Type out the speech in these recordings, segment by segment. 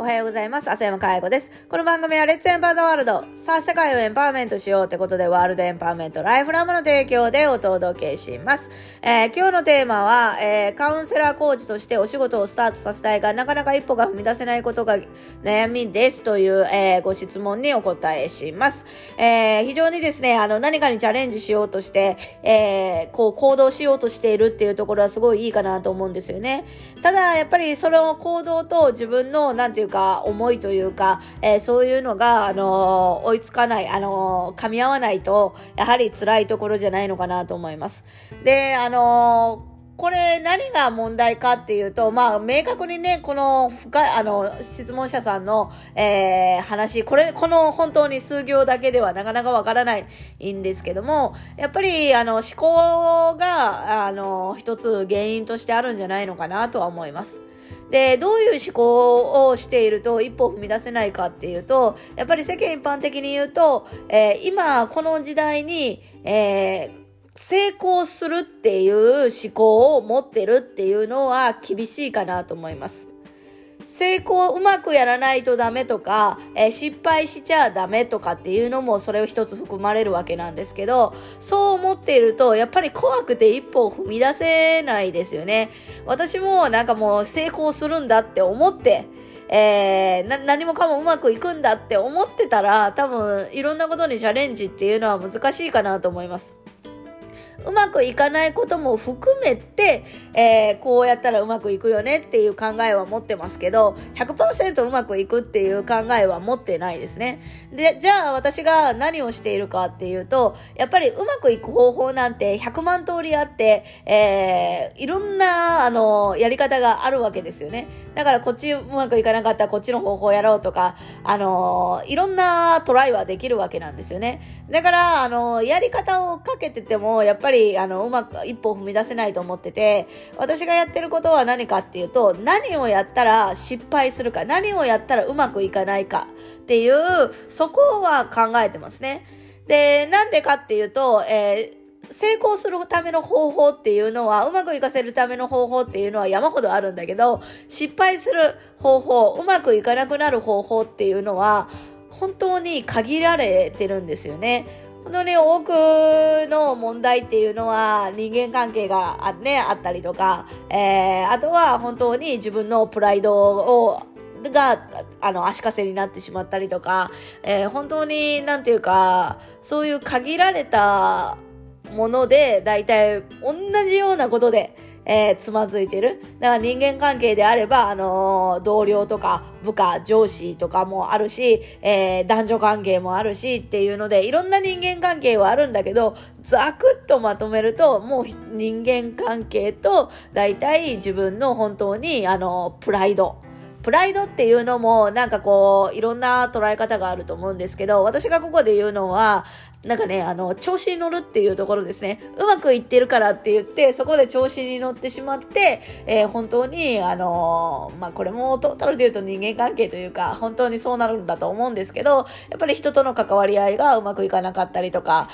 おはようございます。浅山かや子です。この番組はレッツエンパワーザワールド。さあ、世界をエンパワーメントしようってことで、ワールドエンパワーメントライフラムの提供でお届けします。今日のテーマは、カウンセラーコーチとしてお仕事をスタートさせたいが、なかなか一歩が踏み出せないことが悩みですという、ご質問にお答えします。非常にですね、何かにチャレンジしようとして、行動しようとしているっていうところはすごいいいかなと思うんですよね。ただ、やっぱりその行動と自分のなんていうか思いというか、そういうのが追いつかない、噛み合わないとやはり辛いところじゃないのかなと思います。で、これ何が問題かっていうと、明確にね、この質問者さんの、話、この本当に数行だけではなかなかわからないんですけども、やっぱり思考が一つ原因としてあるんじゃないのかなとは思います。で、どういう思考をしていると一歩踏み出せないかっていうと、やっぱり世間一般的に言うと、今この時代に、成功するっていう思考を持ってるっていうのは厳しいかなと思います。うまくやらないとダメとか、失敗しちゃダメとかっていうのもそれを一つ含まれるわけなんですけど、そう思っているとやっぱり怖くて一歩を踏み出せないですよね。私もなんかもう成功するんだって思って、何もかもうまくいくんだって思ってたら、多分いろんなことにチャレンジっていうのは難しいかなと思います。うまくいかないことも含めて、こうやったらうまくいくよねっていう考えは持ってますけど、100% うまくいくっていう考えは持ってないですね。で、じゃあ私が何をしているかっていうと、やっぱりうまくいく方法なんて100万通りあって、いろんなやり方があるわけですよね。だからこっちうまくいかなかったらこっちの方法をやろうとか、いろんなトライはできるわけなんですよね。だからやり方をかけててもやっぱりうまく一歩踏み出せないと思ってて、私がやってることは何かっていうと、何をやったら失敗するか、何をやったらうまくいかないかっていう、そこは考えてますね。で、なんでかっていうと、成功するための方法っていうのは、うまくいかせるための方法っていうのは山ほどあるんだけど、失敗する方法、うまくいかなくなる方法っていうのは本当に限られてるんですよね。本当に多くの問題っていうのは人間関係があったりとか、あとは本当に自分のプライドが足かせになってしまったりとか、本当になんていうか、そういう限られたものでだいたい同じようなことでつまずいてる。だから人間関係であれば、同僚とか部下、上司とかもあるし、男女関係もあるしっていうので、いろんな人間関係はあるんだけど、ざくっとまとめると、もう人間関係と、だいたい自分の本当に、プライドっていうのもなんかこういろんな捉え方があると思うんですけど、私がここで言うのはなんかね、調子に乗るっていうところですね。うまくいってるからって言ってそこで調子に乗ってしまって、本当にこれもトータルで言うと人間関係というか本当にそうなるんだと思うんですけど、やっぱり人との関わり合いがうまくいかなかったりとか、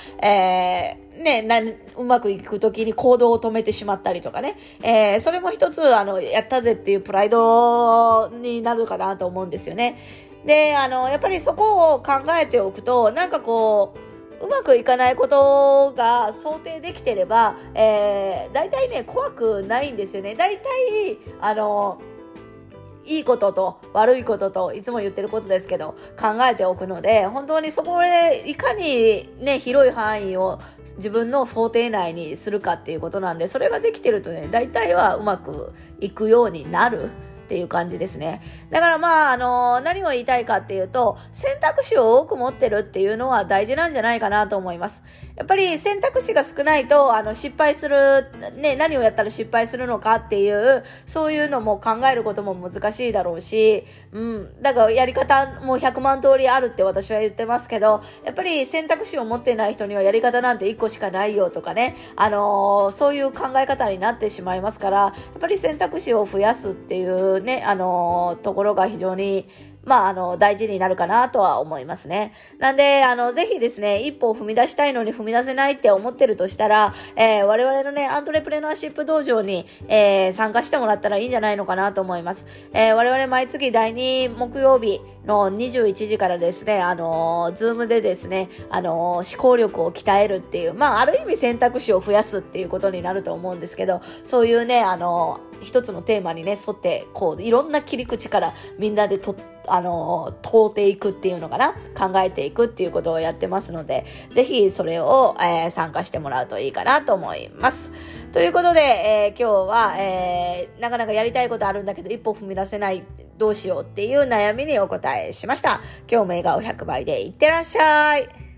うまくいくときに行動を止めてしまったりとかね、それも一つやったぜっていうプライドになるかなと思うんですよね。で、やっぱりそこを考えておくと、なんかこうまくいかないことが想定できてれば、だいたいね怖くないんですよね。だいたいいいことと悪いことといつも言ってることですけど考えておくので、本当にそこでいかにね広い範囲を自分の想定内にするかっていうことなんで、それができてるとね大体はうまくいくようになるっていう感じですね。だから何を言いたいかっていうと、選択肢を多く持ってるっていうのは大事なんじゃないかなと思います。やっぱり選択肢が少ないと失敗するね、何をやったら失敗するのかっていうそういうのも考えることも難しいだろうし、だからやり方も100万通りあるって私は言ってますけど、やっぱり選択肢を持ってない人にはやり方なんて1個しかないよとかね、そういう考え方になってしまいますから、やっぱり選択肢を増やすっていうね、ところが非常に大事になるかなとは思いますね。なんで、ぜひですね、一歩を踏み出したいのに踏み出せないって思ってるとしたら、我々のね、アントレプレナーシップ道場に、参加してもらったらいいんじゃないのかなと思います。我々毎月第2木曜日の21時からですね、ズームでですね、思考力を鍛えるっていう、ある意味選択肢を増やすっていうことになると思うんですけど、そういうね、一つのテーマにね、沿って、いろんな切り口からみんなで通っていくっていうのかな、考えていくっていうことをやってますので、ぜひそれを、参加してもらうといいかなと思います。ということで、今日は、なかなかやりたいことあるんだけど一歩踏み出せない、どうしようっていう悩みにお答えしました。今日も笑顔100倍でいってらっしゃい。